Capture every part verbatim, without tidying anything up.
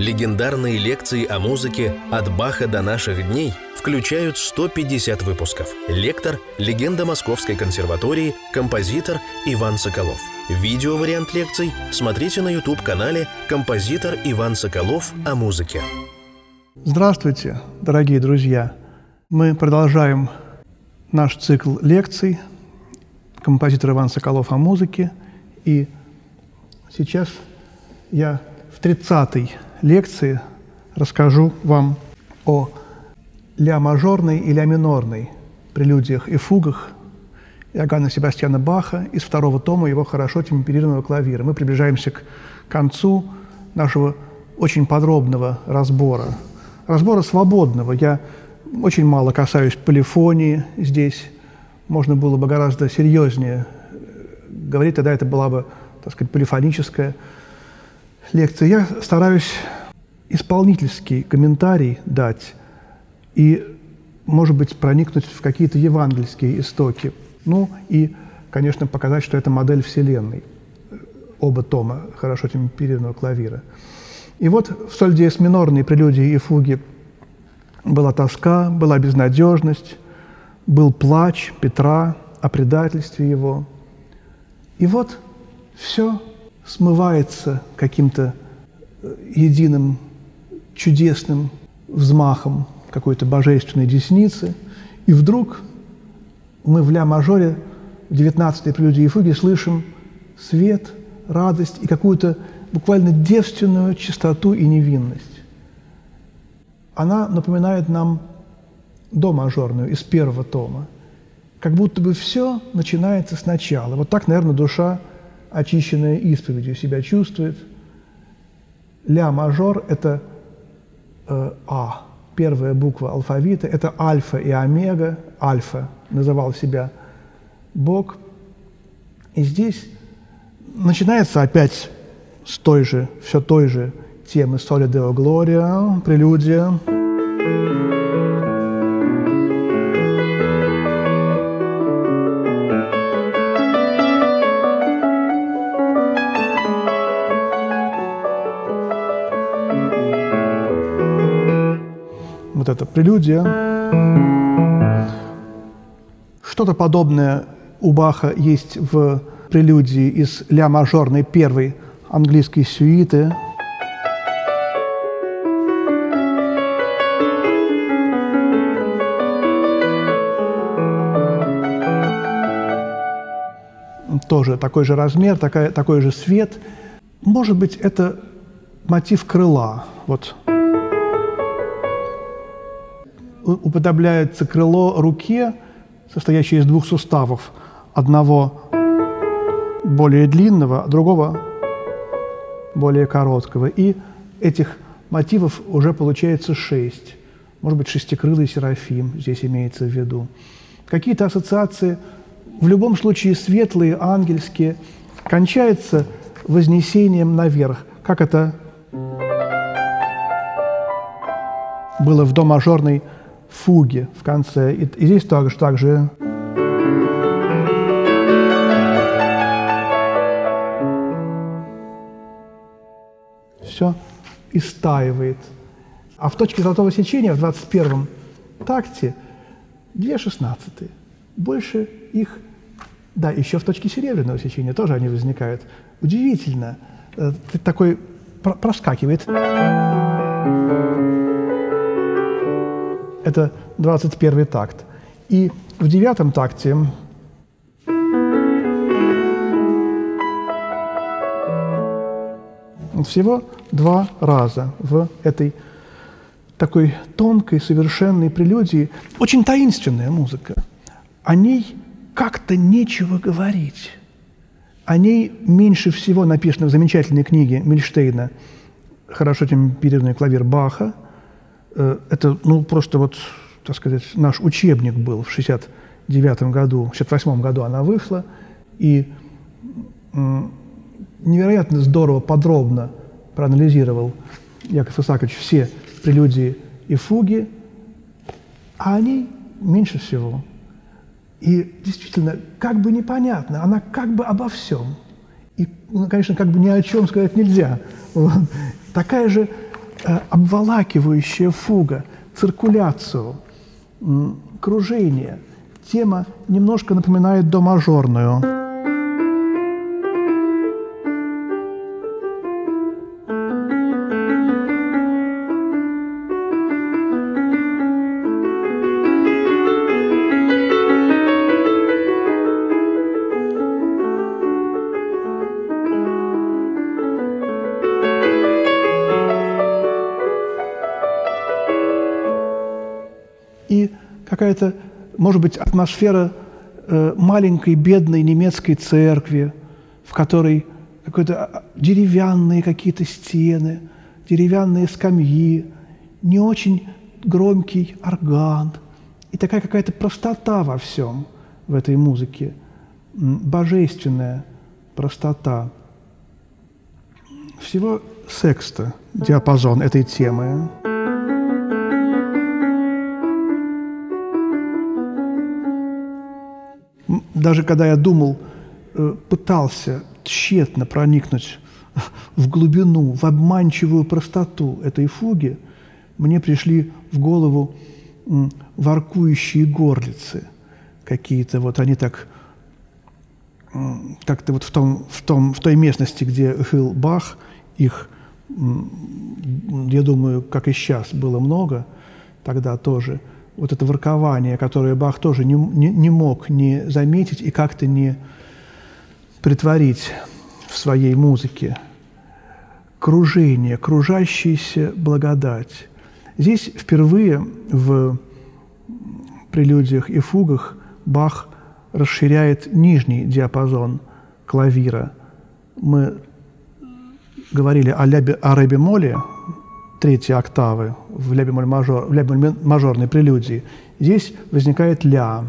Легендарные лекции о музыке «От Баха до наших дней» включают сто пятьдесят выпусков. Лектор – легенда Московской консерватории, композитор Иван Соколов. Видеовариант лекций смотрите на YouTube-канале «Композитор Иван Соколов о музыке». Здравствуйте, дорогие друзья! Мы продолжаем наш цикл лекций «Композитор Иван Соколов о музыке». И сейчас я в тридцатой лекции расскажу вам о ля-мажорной и ля-минорной прелюдиях и фугах Иоганна Себастьяна Баха из второго тома его хорошо темперированного клавира. Мы приближаемся к концу нашего очень подробного разбора. Разбора свободного. Я очень мало касаюсь полифонии здесь. Можно было бы гораздо серьезнее говорить, тогда это была бы, так сказать, полифоническая лекция. Я стараюсь исполнительский комментарий дать и, может быть, проникнуть в какие-то евангельские истоки. Ну и, конечно, показать, что это модель Вселенной. Оба тома хорошо темперированного клавира. И вот в соль диез минорной прелюдии и фуги была тоска, была безнадежность, был плач Петра о предательстве его. И вот все смывается каким-то единым чудесным взмахом какой-то божественной десницы, и вдруг мы в ля-мажоре в девятнадцатой прелюдии и фуге слышим свет, радость и какую-то буквально девственную чистоту и невинность. Она напоминает нам до-мажорную из первого тома. Как будто бы все начинается сначала. Вот так, наверное, душа, очищенная исповедью, себя чувствует. Ля-мажор – это э, А, первая буква алфавита, это альфа и омега. Альфа называл себя Бог. И здесь начинается опять с той же, все той же темы «Соли део глория», прелюдия. Вот эта прелюдия. Что-то подобное у Баха есть в прелюдии из ля-мажорной первой английской сюиты. Тоже такой же размер, такая, такой же свет. Может быть, это мотив крыла. Вот. Уподобляется крыло руке, состоящей из двух суставов. Одного более длинного, а другого более короткого. И этих мотивов уже получается шесть. Может быть, шестикрылый серафим здесь имеется в виду. Какие-то ассоциации, в любом случае светлые, ангельские, кончается вознесением наверх. Как это было в до-мажорной фуге в конце. И, и здесь также, также все истаивает. А в точке золотого сечения в двадцать первом такте две шестнадцатые. Больше их, да, еще в точке серебряного сечения тоже они возникают. Удивительно. Такой проскакивает. Это двадцать первый такт. И в девятом такте всего два раза в этой такой тонкой, совершенной прелюдии. Очень таинственная музыка. О ней как-то нечего говорить. О ней меньше всего написано в замечательной книге Мильштейна «Хорошо темперированный клавир Баха». Это, ну, просто вот, так сказать, наш учебник был в шестьдесят девятом году, в шестьдесят восьмом году она вышла, и невероятно здорово, подробно проанализировал Яков Исаакович все прелюдии и фуги, а о ней меньше всего. И действительно, как бы непонятно, она как бы обо всем. И, ну, конечно, как бы ни о чем сказать нельзя. Вот. Такая же обволакивающая фуга, циркуляцию, кружение. Тема немножко напоминает до мажорную. И какая-то, может быть, атмосфера э, маленькой бедной немецкой церкви, в которой какие-то деревянные какие-то стены, деревянные скамьи, не очень громкий орган. И такая какая-то простота во всем, в этой музыке, божественная простота. Всего секста диапазон этой темы. Даже когда я думал, пытался тщетно проникнуть в глубину, в обманчивую простоту этой фуги, мне пришли в голову воркующие горлицы какие-то. Вот они так как-то вот в, том, в, том, в той местности, где жил Бах, их, я думаю, как и сейчас, было много тогда тоже. Вот это воркование, которое Бах тоже не, не, не мог не заметить и как-то не притворить в своей музыке. Кружение, кружащаяся благодать. Здесь впервые в прелюдиях и фугах Бах расширяет нижний диапазон клавира. Мы говорили о, ля, о ре бемоле, третьей октавы в ля бемоль мажор, в ля бемоль мажорной прелюдии. Здесь возникает ля.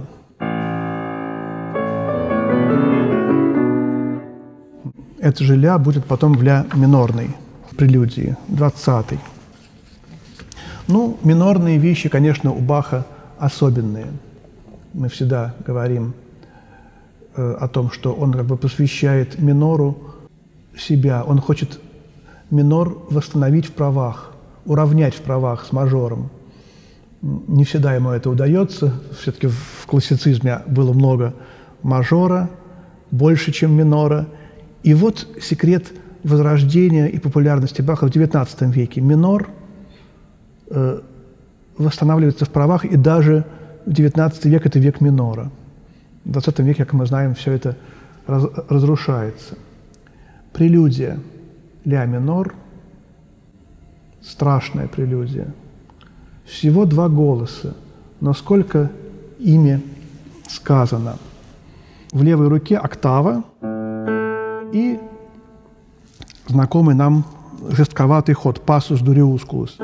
Это же ля будет потом в ля минорной прелюдии, двадцатой. Ну, минорные вещи, конечно, у Баха особенные. Мы всегда говорим э, о том, что он как бы посвящает минору себя. Он хочет минор восстановить в правах, уравнять в правах с мажором. Не всегда ему это удается. Все-таки в классицизме было много мажора, больше, чем минора. И вот секрет возрождения и популярности Баха в девятнадцатом веке. Минор э, восстанавливается в правах, и даже в девятнадцатый век – это век минора. В двадцатом веке, как мы знаем, все это раз, разрушается. Прелюдия ля минор, страшная прелюдия. Всего два голоса, но сколько ими сказано. В левой руке октава и знакомый нам жестковатый ход пассус дуриускулус.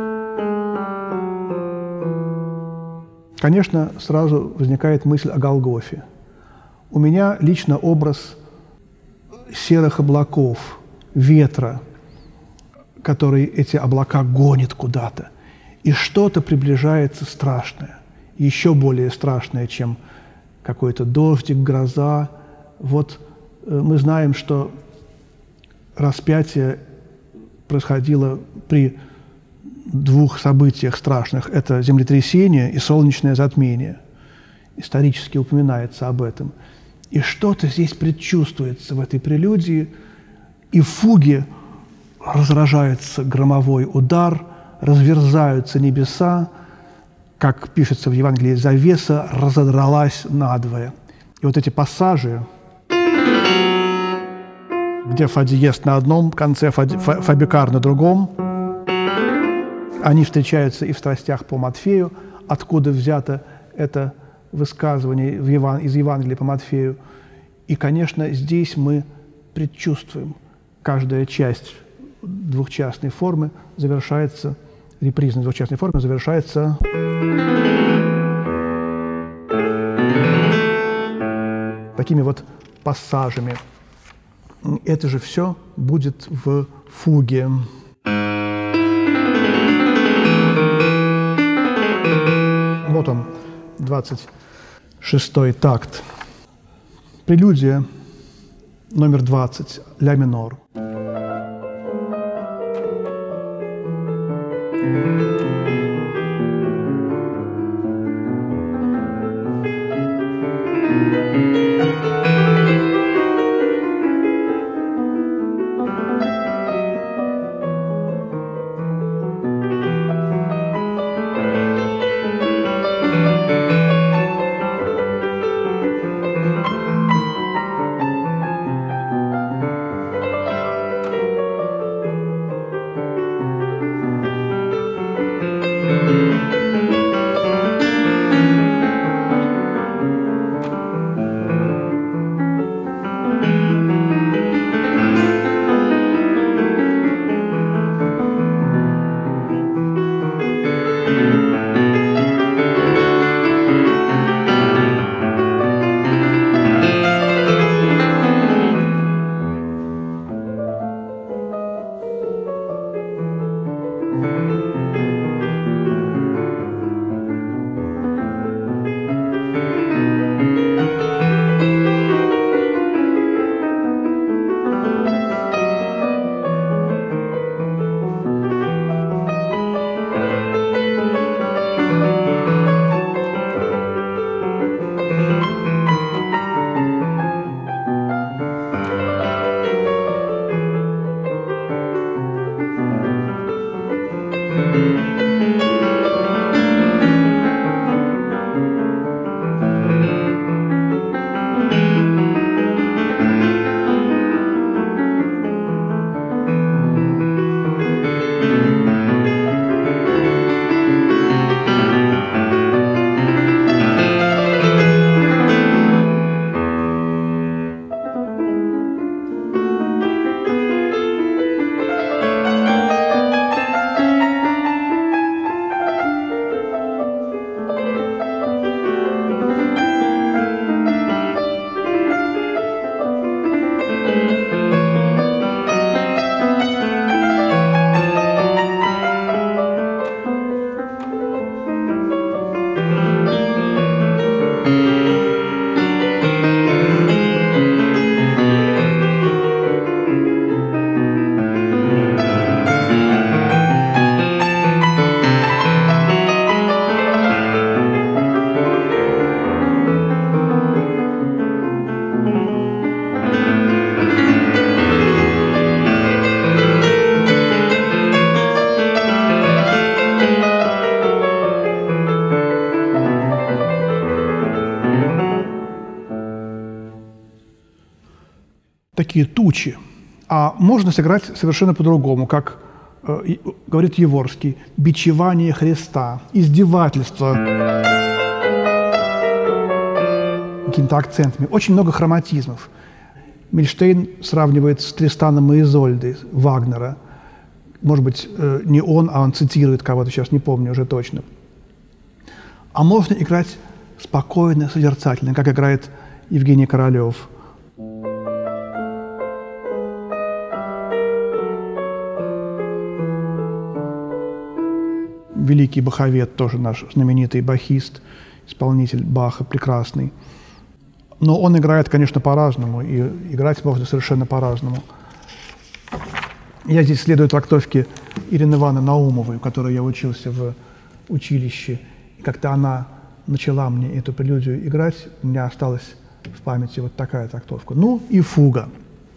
Конечно, сразу возникает мысль о Голгофе. У меня лично образ серых облаков, ветра, который эти облака гонит куда-то. И что-то приближается страшное, еще более страшное, чем какой-то дождик, гроза. Вот мы знаем, что распятие происходило при двух событиях страшных. Это землетрясение и солнечное затмение. Исторически упоминается об этом. И что-то здесь предчувствуется в этой прелюдии, и в фуге разражается громовой удар, разверзаются небеса, как пишется в Евангелии, завеса разодралась надвое. И вот эти пассажи, где фа диез на одном конце, фа, фа, фа бикар на другом, они встречаются и в страстях по Матфею, откуда взято это высказывание в Еван... из Евангелия по Матфею. И, конечно, здесь мы предчувствуем, каждая часть двухчастной формы завершается, репризной двухчастной формы завершается такими вот пассажами. Это же все будет в фуге. Вот он, двадцать шестой такт. Прелюдия номер двадцать, ля минор. такие тучи. А можно сыграть совершенно по-другому, как э, говорит Яворский, бичевание Христа, издевательство какими-то акцентами. Очень много хроматизмов. Мильштейн сравнивает с Тристаном и Изольдой Вагнера. Может быть, э, не он, а он цитирует кого-то, сейчас не помню уже точно. А можно играть спокойно, созерцательно, как играет Евгений Королёв. Великий баховед, тоже наш знаменитый бахист, исполнитель Баха, прекрасный. Но он играет, конечно, по-разному, и играть можно совершенно по-разному. Я здесь следую трактовке Ирины Ивановны Наумовой, у которой я учился в училище. И как-то она начала мне эту прелюдию играть, у меня осталась в памяти вот такая трактовка. Ну и фуга.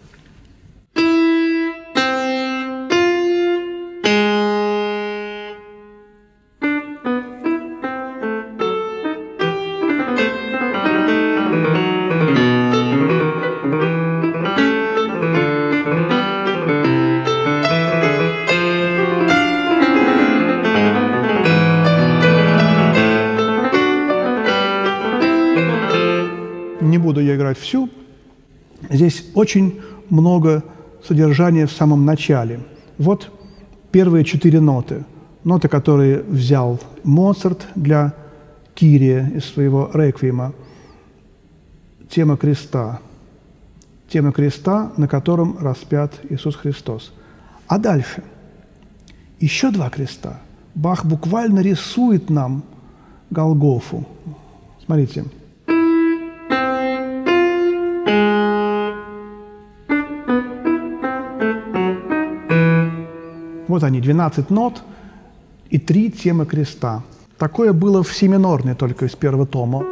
Не буду я играть всю. Здесь очень много содержания в самом начале. Вот первые четыре ноты. Ноты, которые взял Моцарт для Кирия из своего реквиема. Тема креста. Тема креста, на котором распят Иисус Христос. А дальше еще два креста. Бах буквально рисует нам Голгофу. Смотрите. Вот они, двенадцать нот, и три темы креста. Такое было в си минорной только из первого тома.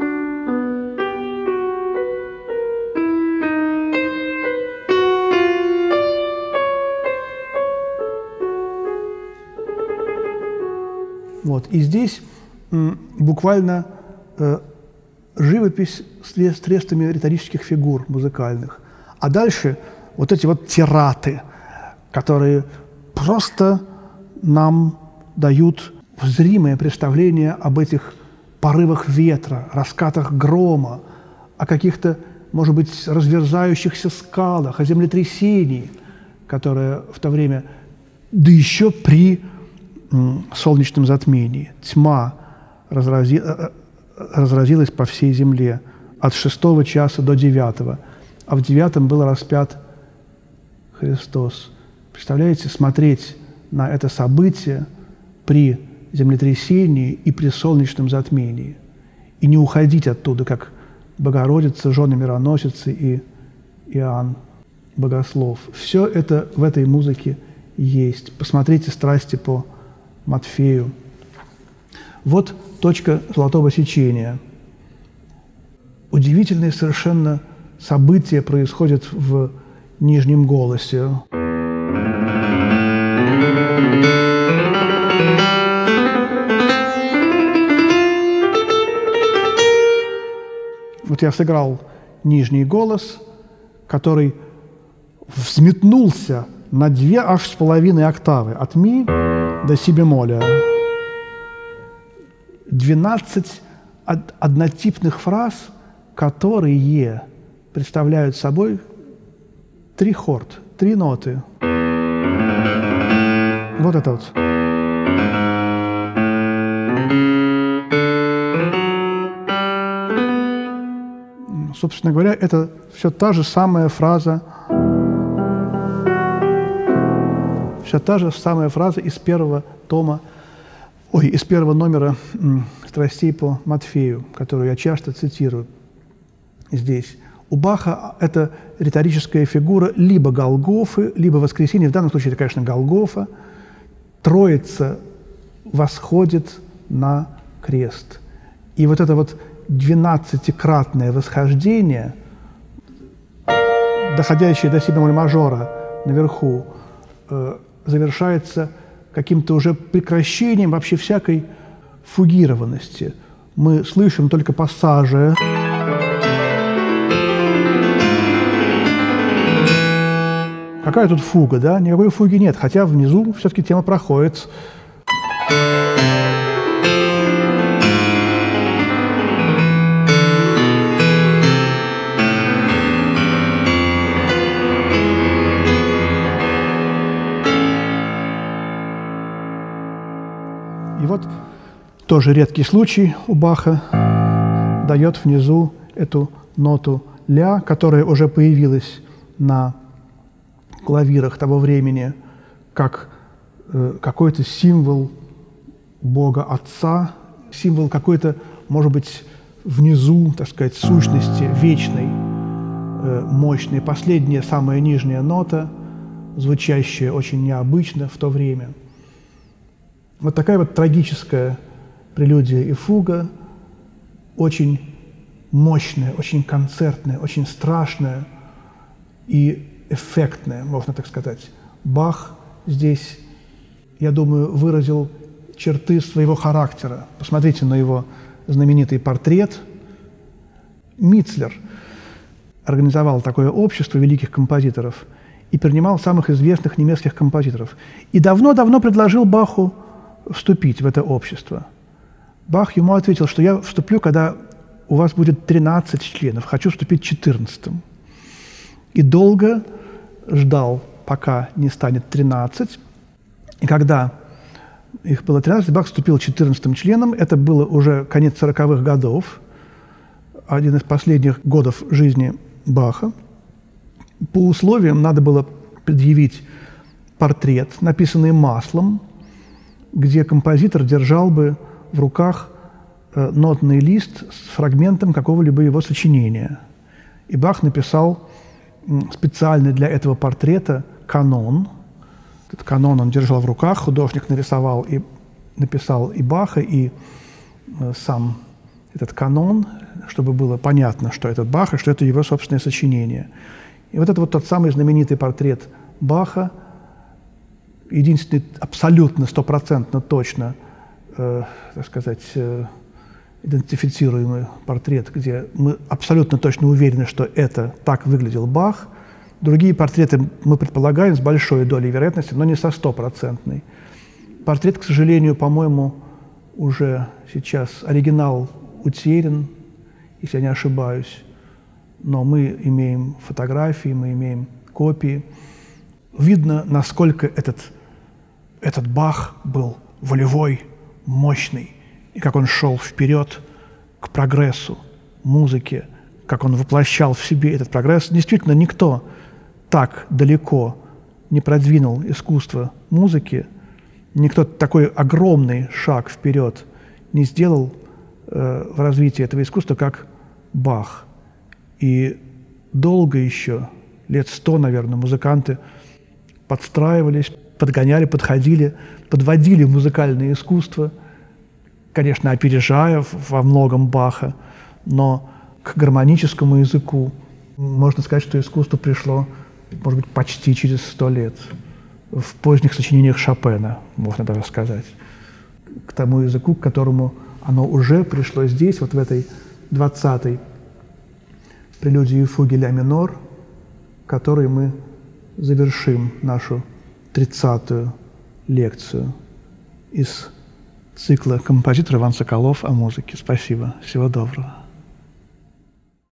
Вот. И здесь м, буквально э, живопись с средствами риторических фигур музыкальных. А дальше вот эти вот тираты, которые просто нам дают зримое представление об этих порывах ветра, раскатах грома, о каких-то, может быть, разверзающихся скалах, о землетрясении, которое в то время, да еще при м, солнечном затмении, тьма разрази, разразилась по всей земле от шестого часа до девятого, а в девятом был распят Христос. Представляете, смотреть на это событие при землетрясении и при солнечном затмении и не уходить оттуда, как Богородица, жены мироносицы и Иоанн Богослов. Все это в этой музыке есть. Посмотрите «Страсти по Матфею». Вот точка золотого сечения. Удивительные совершенно события происходят в нижнем голосе. Вот я сыграл нижний голос, который взметнулся на две аж с половиной октавы, от ми до си бемоля. Двенадцать однотипных фраз, которые представляют собой три хорд, три ноты. Вот это вот. Собственно говоря, это все та же самая фраза, все та же самая фраза из первого тома, ой, из первого номера «Страстей по Матфею», которую я часто цитирую здесь. У Баха это риторическая фигура либо Голгофы, либо воскресения. В данном случае это, конечно, Голгофа. Троица восходит на крест. И вот это вот двенадцатикратное восхождение, доходящее до си бемоль мажора наверху, э, завершается каким-то уже прекращением вообще всякой фугированности. Мы слышим только пассажи. Какая тут фуга, да? Никакой фуги нет, хотя внизу все-таки тема проходит. И вот тоже редкий случай у Баха дает внизу эту ноту ля, которая уже появилась на клавирах того времени как э, какой-то символ Бога Отца, символ какой-то, может быть, внизу, так сказать, сущности вечной, э, мощной. Последняя, самая нижняя нота, звучащая очень необычно в то время. Вот такая вот трагическая прелюдия и фуга, очень мощная, очень концертная, очень страшная и эффектная, можно так сказать. Бах здесь, я думаю, выразил черты своего характера. Посмотрите на его знаменитый портрет. Мицлер организовал такое общество великих композиторов и принимал самых известных немецких композиторов. И давно-давно предложил Баху вступить в это общество. Бах ему ответил, что я вступлю, когда у вас будет тринадцать членов, хочу вступить четырнадцатым. И долго ждал, пока не станет тринадцать. И когда их было тринадцать, Бах вступил четырнадцатым членом. Это было уже конец сороковых годов, один из последних годов жизни Баха. По условиям надо было предъявить портрет, написанный маслом, где композитор держал бы в руках э, нотный лист с фрагментом какого-либо его сочинения. И Бах написал специально для этого портрета канон. Этот канон он держал в руках, художник нарисовал и написал и Баха, и сам этот канон, чтобы было понятно, что это Баха, что это его собственное сочинение. И вот это вот тот самый знаменитый портрет Баха, единственный абсолютно, стопроцентно точно, э, так сказать, э, идентифицируемый портрет, где мы абсолютно точно уверены, что это так выглядел Бах. Другие портреты мы предполагаем с большой долей вероятности, но не со стопроцентной. Портрет, к сожалению, по-моему, уже сейчас оригинал утерян, если я не ошибаюсь, но мы имеем фотографии, мы имеем копии. Видно, насколько этот, этот Бах был волевой, мощный, и как он шел вперед к прогрессу музыки, как он воплощал в себе этот прогресс. Действительно, никто так далеко не продвинул искусство музыки, никто такой огромный шаг вперед не сделал э, в развитии этого искусства, как Бах. И долго еще, лет сто, наверное, музыканты подстраивались, подгоняли, подходили, подводили музыкальное искусство, конечно, опережая во многом Баха, но к гармоническому языку можно сказать, что искусство пришло, может быть, почти через сто лет. В поздних сочинениях Шопена, можно даже сказать, к тому языку, к которому оно уже пришло здесь, вот в этой двадцатой прелюдии и фуге ля минор, которой мы завершим нашу тридцатую лекцию из цикла «Композитор Иван Соколов о музыке». Спасибо. Всего доброго.